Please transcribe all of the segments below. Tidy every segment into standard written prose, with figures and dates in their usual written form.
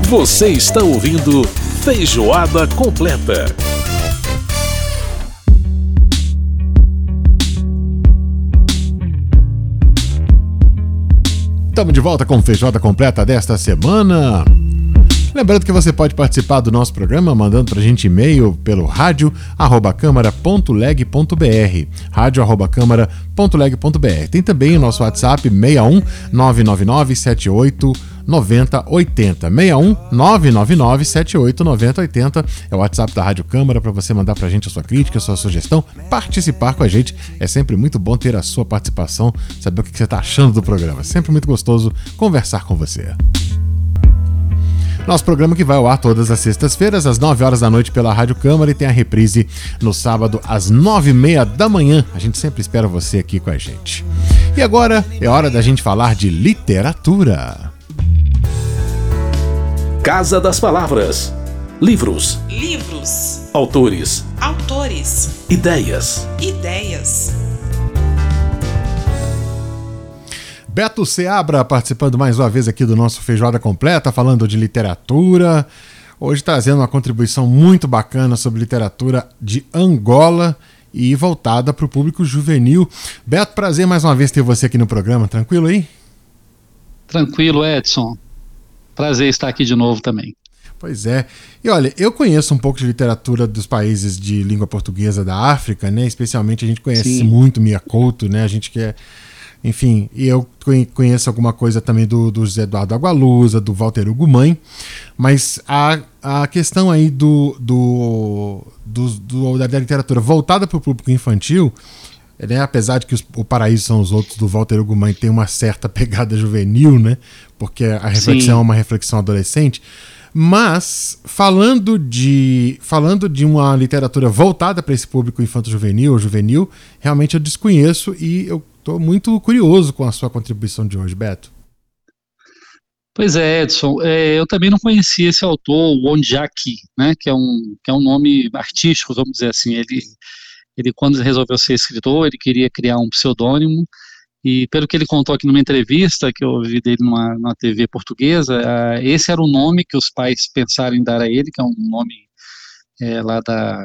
Você está ouvindo Feijoada Completa. Estamos de volta com Feijoada Completa desta semana. Lembrando que você pode participar do nosso programa mandando pra gente e-mail pelo radio@câmara.leg.br, radio@câmara.leg.br. Tem também o nosso WhatsApp 61 999 78 9080, 61 999 78 9080 é o WhatsApp da Rádio Câmara para você mandar pra gente a sua crítica, a sua sugestão, participar com a gente. É sempre muito bom ter a sua participação, saber o que você tá achando do programa. É sempre muito gostoso conversar com você. Nosso programa que vai ao ar todas as sextas-feiras, às 9 horas da noite pela Rádio Câmara, e tem a reprise no sábado, às 9h30 da manhã. A gente sempre espera você aqui com a gente. E agora é hora da gente falar de literatura. Casa das Palavras. Livros. Autores. Ideias. Beto Seabra participando mais uma vez aqui do nosso Feijoada Completa, falando de literatura. Hoje trazendo uma contribuição muito bacana sobre literatura de Angola e voltada para o público juvenil. Beto, prazer mais uma vez ter você aqui no programa. Tranquilo aí? Tranquilo, Edson. Prazer estar aqui de novo também. Pois é. E olha, eu conheço um pouco de literatura dos países de língua portuguesa da África, né? Especialmente a gente conhece muito Mia Couto, né? A gente quer... Enfim, e eu conheço alguma coisa também do José Eduardo Agualusa, do Walter Hugo Mãe, mas a questão aí da literatura voltada para o público infantil, né, apesar de que O Paraíso São os Outros, do Walter Hugo Mãe, tem uma certa pegada juvenil, né, porque a reflexão é uma reflexão adolescente, mas falando de uma literatura voltada para esse público infanto-juvenil ou juvenil, realmente eu desconheço e eu estou muito curioso com a sua contribuição de hoje, Beto. Pois é, Edson, eu também não conhecia esse autor, o Ondiaki, né, que é um nome artístico, vamos dizer assim. Ele quando resolveu ser escritor, ele queria criar um pseudônimo, e pelo que ele contou aqui numa entrevista que eu ouvi dele numa TV portuguesa, esse era o nome que os pais pensaram em dar a ele, que é um nome lá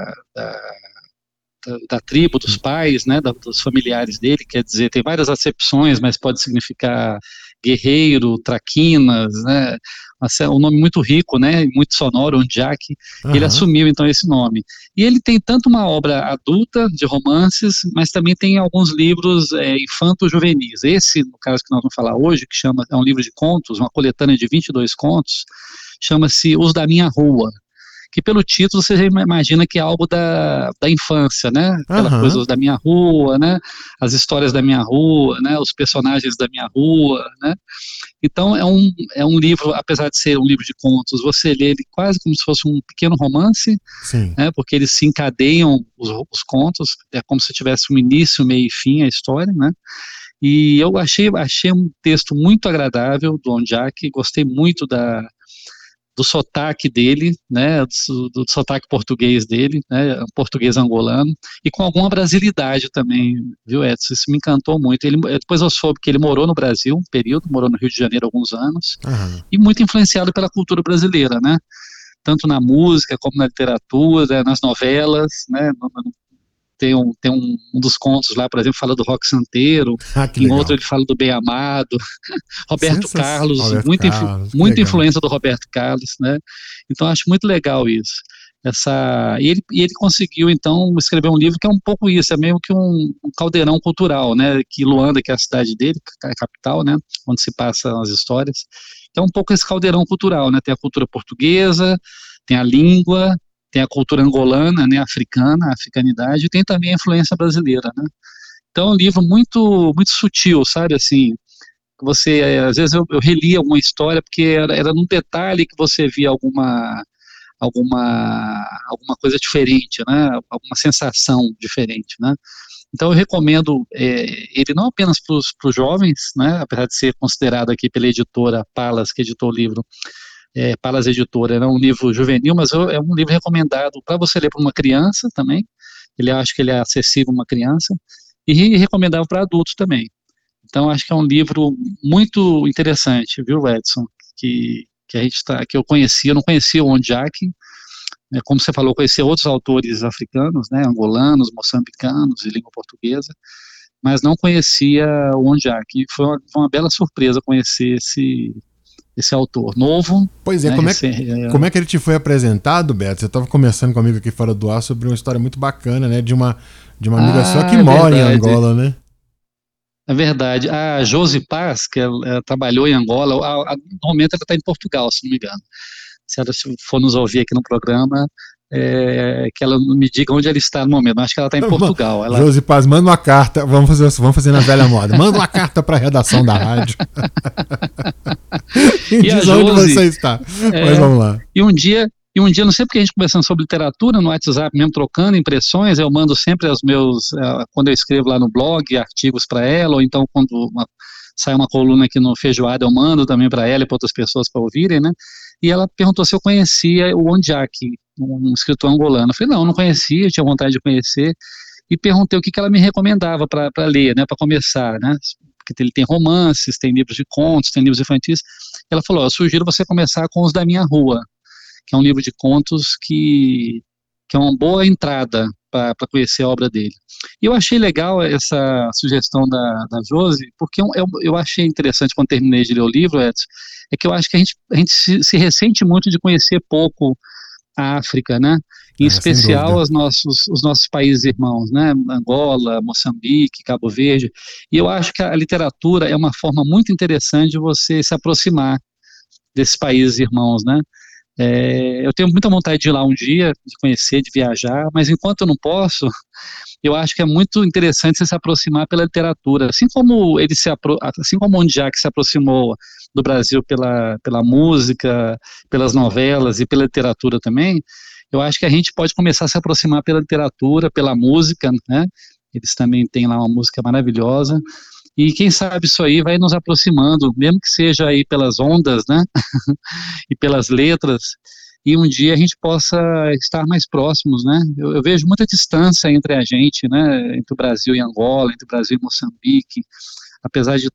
da tribo, dos pais, né, dos familiares dele, quer dizer, tem várias acepções, mas pode significar guerreiro, traquinas, né, um nome muito rico, né, muito sonoro, Ondiaki. Ele assumiu então esse nome. E ele tem tanto uma obra adulta, de romances, mas também tem alguns livros infanto-juvenis. Esse, no caso que nós vamos falar hoje, é um livro de contos, uma coletânea de 22 contos, chama-se Os da Minha Rua, que pelo título você já imagina que é algo da infância, né? Aquela coisa da minha rua, né? As histórias da minha rua, né? Os personagens da minha rua, né? Então é um livro, apesar de ser um livro de contos, você lê ele quase como se fosse um pequeno romance, né? Porque eles se encadeiam os contos, é como se tivesse um início, meio e fim a história, né? E eu achei um texto muito agradável do Ondiaki, gostei muito do sotaque dele, né, do sotaque português dele, né, português angolano, e com alguma brasilidade também, viu, Edson? Isso me encantou muito. Depois eu soube que ele morou no Brasil um período, morou no Rio de Janeiro alguns anos, e muito influenciado pela cultura brasileira, né, tanto na música como na literatura, nas novelas, né. Tem um dos contos lá, por exemplo, fala do rock santeiro, em outro ele fala do Bem Amado, Roberto Carlos, muita influência do Roberto Carlos, né? Então acho muito legal isso. E ele conseguiu então escrever um livro que é um pouco isso, é meio que um caldeirão cultural, né? Que Luanda, que é a cidade dele, a capital, né? Onde se passam as histórias, que é um pouco esse caldeirão cultural, né? Tem a cultura portuguesa, tem a língua, tem a cultura angolana, né, africana, a africanidade, e tem também a influência brasileira, né? Então é um livro muito, muito sutil, sabe, assim, às vezes eu relia alguma história, porque era num detalhe que você via alguma coisa diferente, né, alguma sensação diferente, né? Então eu recomendo ele não apenas para os jovens, né, apesar de ser considerado aqui pela editora Palas, que editou o livro, Palas Editora, é um livro juvenil, mas é um livro recomendado para você ler para uma criança também. Acho que ele é acessível a uma criança, e recomendável para adultos também. Então acho que é um livro muito interessante, viu, Edson, que que eu conhecia, eu não conhecia o Ondiaki, né, como você falou, conhecia outros autores africanos, né, angolanos, moçambicanos, de língua portuguesa, mas não conhecia o Ondiaki. Foi uma bela surpresa conhecer esse autor novo. Pois é, né, como é que ele te foi apresentado, Beto? Você estava conversando comigo aqui fora do ar sobre uma história muito bacana, né, de uma amiga sua que mora em Angola, né? É verdade. A Josi Paz, que ela trabalhou em Angola, no momento ela está em Portugal, se não me engano. Se ela for nos ouvir aqui no programa, que ela me diga onde ela está no momento. Acho que ela está em Portugal. Josi Paz, manda uma carta. Vamos fazer na velha moda. Manda uma carta para a redação da rádio. E diz onde você está. Mas vamos lá. E um dia, não sei porque a gente conversando sobre literatura no WhatsApp, mesmo trocando impressões, eu mando sempre quando eu escrevo lá no blog, artigos para ela, ou então quando sai uma coluna aqui no Feijoada, eu mando também para ela e para outras pessoas para ouvirem, né? E ela perguntou se eu conhecia o Ondiaki, um escritor angolano. Eu falei, não conhecia, eu tinha vontade de conhecer, e perguntei o que ela me recomendava para ler, né, para começar, né? Porque ele tem romances, tem livros de contos, tem livros infantis. Ela falou, eu sugiro você começar com Os da Minha Rua, que é um livro de contos que é uma boa entrada para conhecer a obra dele. E eu achei legal essa sugestão da Josi, porque eu achei interessante quando terminei de ler o livro, Edson, é que eu acho que a gente se ressente muito de conhecer pouco a África, né? Em especial os nossos países irmãos, né? Angola, Moçambique, Cabo Verde. E eu acho que a literatura é uma forma muito interessante de você se aproximar desses países irmãos, né? Eu tenho muita vontade de ir lá um dia, de conhecer, de viajar, mas enquanto eu não posso, eu acho que é muito interessante você se aproximar pela literatura, assim como o Ondiaki se aproximou do Brasil pela música, pelas novelas e pela literatura também. Eu acho que a gente pode começar a se aproximar pela literatura, pela música, né? Eles também têm lá uma música maravilhosa. E quem sabe isso aí vai nos aproximando, mesmo que seja aí pelas ondas, né? E pelas letras, e um dia a gente possa estar mais próximos, né? Eu vejo muita distância entre a gente, né? Entre o Brasil e Angola, entre o Brasil e Moçambique, apesar de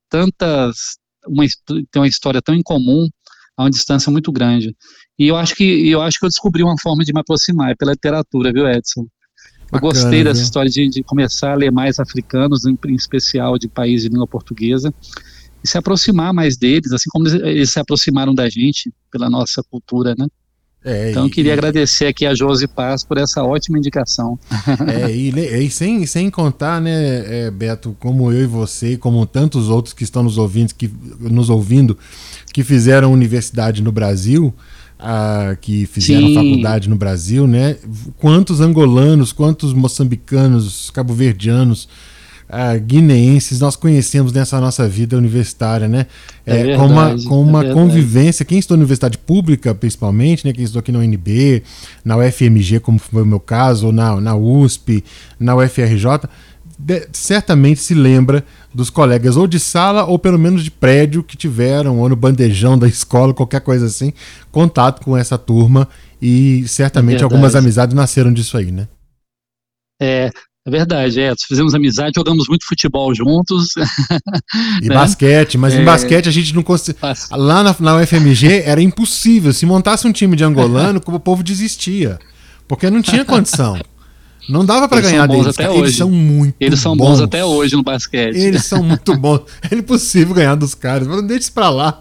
ter uma história tão incomum, há uma distância muito grande. E eu acho que eu descobri uma forma de me aproximar, pela literatura, viu, Edson? Eu gostei dessa história de começar a ler mais africanos, em especial de países de língua portuguesa, e se aproximar mais deles, assim como eles se aproximaram da gente, pela nossa cultura, né? Então eu queria agradecer aqui a Josi Paz por essa ótima indicação. E sem contar, né, Beto, como eu e você, como tantos outros que estão nos ouvindo, que fizeram universidade no Brasil, que fizeram faculdade no Brasil, né? Quantos angolanos, quantos moçambicanos, cabo-verdianos, guineenses nós conhecemos nessa nossa vida universitária, né? Com uma convivência. Quem estudou na universidade pública, principalmente, né? Quem estudou aqui na UNB, na UFMG, como foi o meu caso, ou na USP, na UFRJ, certamente se lembra dos colegas ou de sala ou pelo menos de prédio que tiveram, ou no bandejão da escola, qualquer coisa assim, contato com essa turma, e certamente algumas amizades nasceram disso aí, né? É verdade, fizemos amizade, jogamos muito futebol juntos. E basquete, mas em basquete a gente não conseguia. Lá na UFMG era impossível. Se montasse um time de angolano, o povo desistia, porque não tinha condição. Não dava pra ganhar deles. Eles são muito bons. Eles são bons até hoje no basquete. Eles são muito bons. É impossível ganhar dos caras. Não deixa isso pra lá.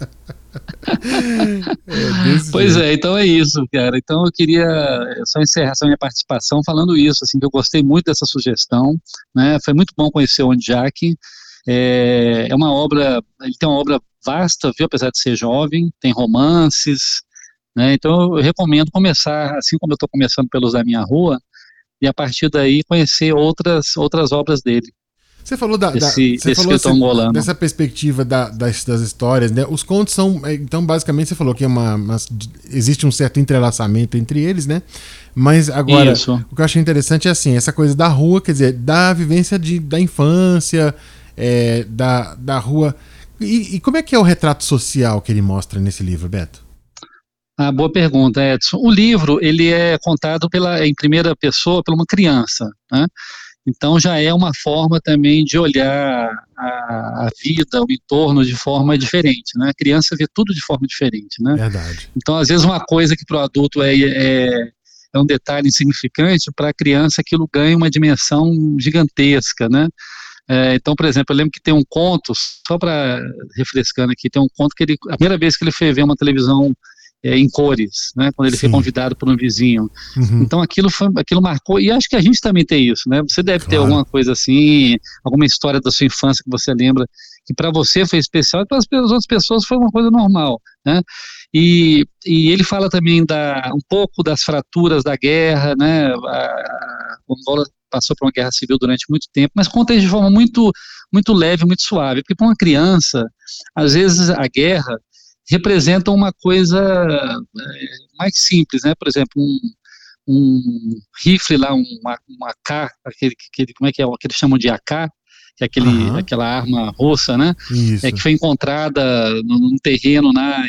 Pois então é isso, cara. Então eu queria só encerrar essa minha participação falando isso, assim, que eu gostei muito dessa sugestão, né? Foi muito bom conhecer o Ondiaki. Ele tem uma obra vasta, viu? Apesar de ser jovem, tem romances, né? Então eu recomendo começar, assim como eu estou começando pelos da Minha Rua, e a partir daí conhecer outras obras dele. Você falou dessa perspectiva das histórias, né? Os contos são, então basicamente você falou que existe um certo entrelaçamento entre eles, né? Mas agora, o que eu achei interessante é assim, essa coisa da rua, quer dizer, da vivência da infância, da rua. E como é que é o retrato social que ele mostra nesse livro, Beto? Boa pergunta, Edson. O livro, ele é contado em primeira pessoa por uma criança, né? Então já é uma forma também de olhar a vida, o entorno de forma diferente, né? A criança vê tudo de forma diferente, né? Verdade. Então, às vezes, uma coisa que para o adulto é um detalhe insignificante, para a criança aquilo ganha uma dimensão gigantesca, né? Então, por exemplo, eu lembro que tem um conto, só para refrescando aqui, tem um conto que a primeira vez que ele foi ver uma televisão em cores, né, quando ele foi convidado por um vizinho. Então aquilo marcou, e acho que a gente também tem isso, né? Você deve ter alguma coisa assim, alguma história da sua infância que você lembra, que para você foi especial e para as outras pessoas foi uma coisa normal, né? E ele fala também um pouco das fraturas da guerra, né? A Angola passou por uma guerra civil durante muito tempo, mas conta de forma muito, muito leve, muito suave, porque para uma criança, às vezes a guerra representa uma coisa mais simples, né? Por exemplo, um rifle lá, um AK, como é que eles chamam de AK, que é aquela arma russa, né? Que foi encontrada num terreno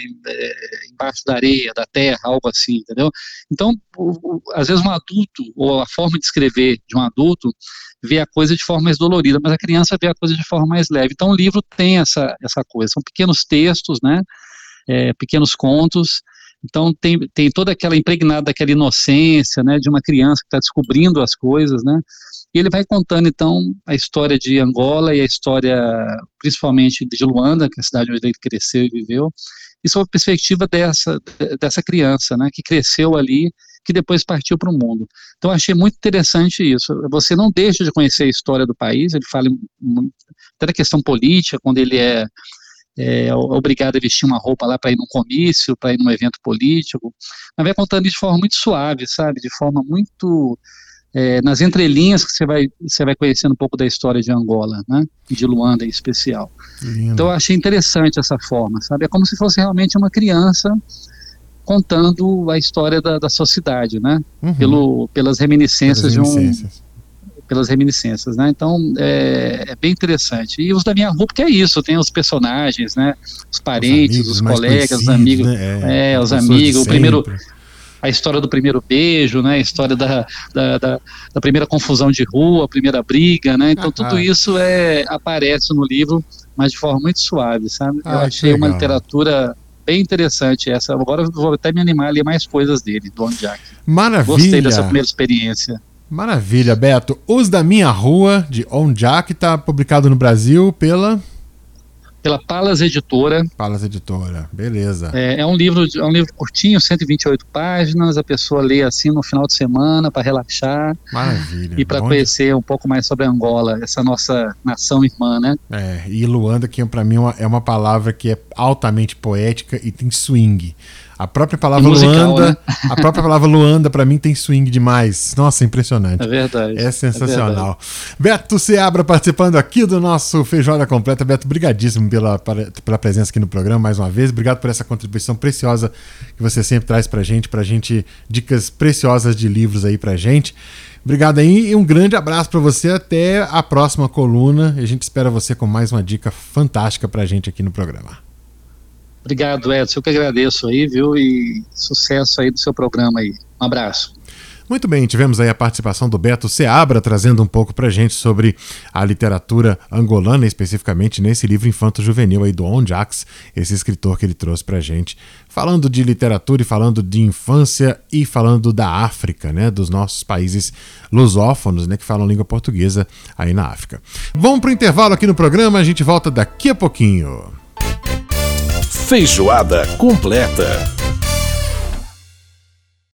embaixo da areia, da terra, algo assim, entendeu? Então, às vezes um adulto, ou a forma de escrever de um adulto, vê a coisa de forma mais dolorida, mas a criança vê a coisa de forma mais leve. Então, o livro tem essa coisa, são pequenos textos, né? Pequenos contos, então tem toda aquela impregnada daquela inocência, né, de uma criança que está descobrindo as coisas, né, e ele vai contando então a história de Angola e a história principalmente de Luanda, que é a cidade onde ele cresceu e viveu, e sob a perspectiva dessa criança, né, que cresceu ali, que depois partiu para o mundo. Então eu achei muito interessante isso, você não deixa de conhecer a história do país, ele fala até da questão política, quando ele é obrigado a vestir uma roupa lá para ir num comício, para ir num evento político, mas vai contando isso de forma muito suave, sabe, de forma muito, nas entrelinhas que você vai conhecendo um pouco da história de Angola, né, e de Luanda em especial. Lindo. Então eu achei interessante essa forma, sabe, é como se fosse realmente uma criança contando a história da sua cidade, né, pelas reminiscências pelas reminiscências, né? Então é bem interessante. E os da minha rua, porque é isso, tem os personagens, né? Os parentes, os colegas, os amigos, né? Os amigos, a história do primeiro beijo, né? A história da primeira confusão de rua, a primeira briga, né? Então tudo isso aparece no livro, mas de forma muito suave, sabe? Eu achei uma literatura bem interessante essa. Agora eu vou até me animar a ler mais coisas dele, do On Jack. Maravilha! Gostei dessa primeira experiência. Maravilha, Beto. Os da Minha Rua, de On Jack, está publicado no Brasil pela Palas Editora. Palas Editora, beleza. É um livro curtinho, 128 páginas, a pessoa lê assim no final de semana para relaxar. Maravilha. E para conhecer um pouco mais sobre Angola, essa nossa nação irmã, né? E Luanda, que para mim é uma palavra que é altamente poética e tem swing. A própria palavra musical, Luanda, né? A própria palavra Luanda para mim tem swing demais. Nossa, impressionante. É verdade. É sensacional. Beto Seabra participando aqui do nosso Feijoada Completa. Beto, brigadíssimo pela presença aqui no programa mais uma vez. Obrigado por essa contribuição preciosa que você sempre traz pra gente dicas preciosas de livros aí pra gente. Obrigado aí e um grande abraço para você. Até a próxima coluna. A gente espera você com mais uma dica fantástica pra gente aqui no programa. Obrigado, Edson. Eu que agradeço aí, viu? E sucesso aí do seu programa aí. Um abraço. Muito bem, tivemos aí a participação do Beto Seabra, trazendo um pouco pra gente sobre a literatura angolana, especificamente nesse livro infanto-juvenil aí do On Jack, esse escritor que ele trouxe pra gente, falando de literatura e falando de infância e falando da África, né, dos nossos países lusófonos, né, que falam língua portuguesa aí na África. Vamos pro intervalo aqui no programa, a gente volta daqui a pouquinho. Feijoada Completa.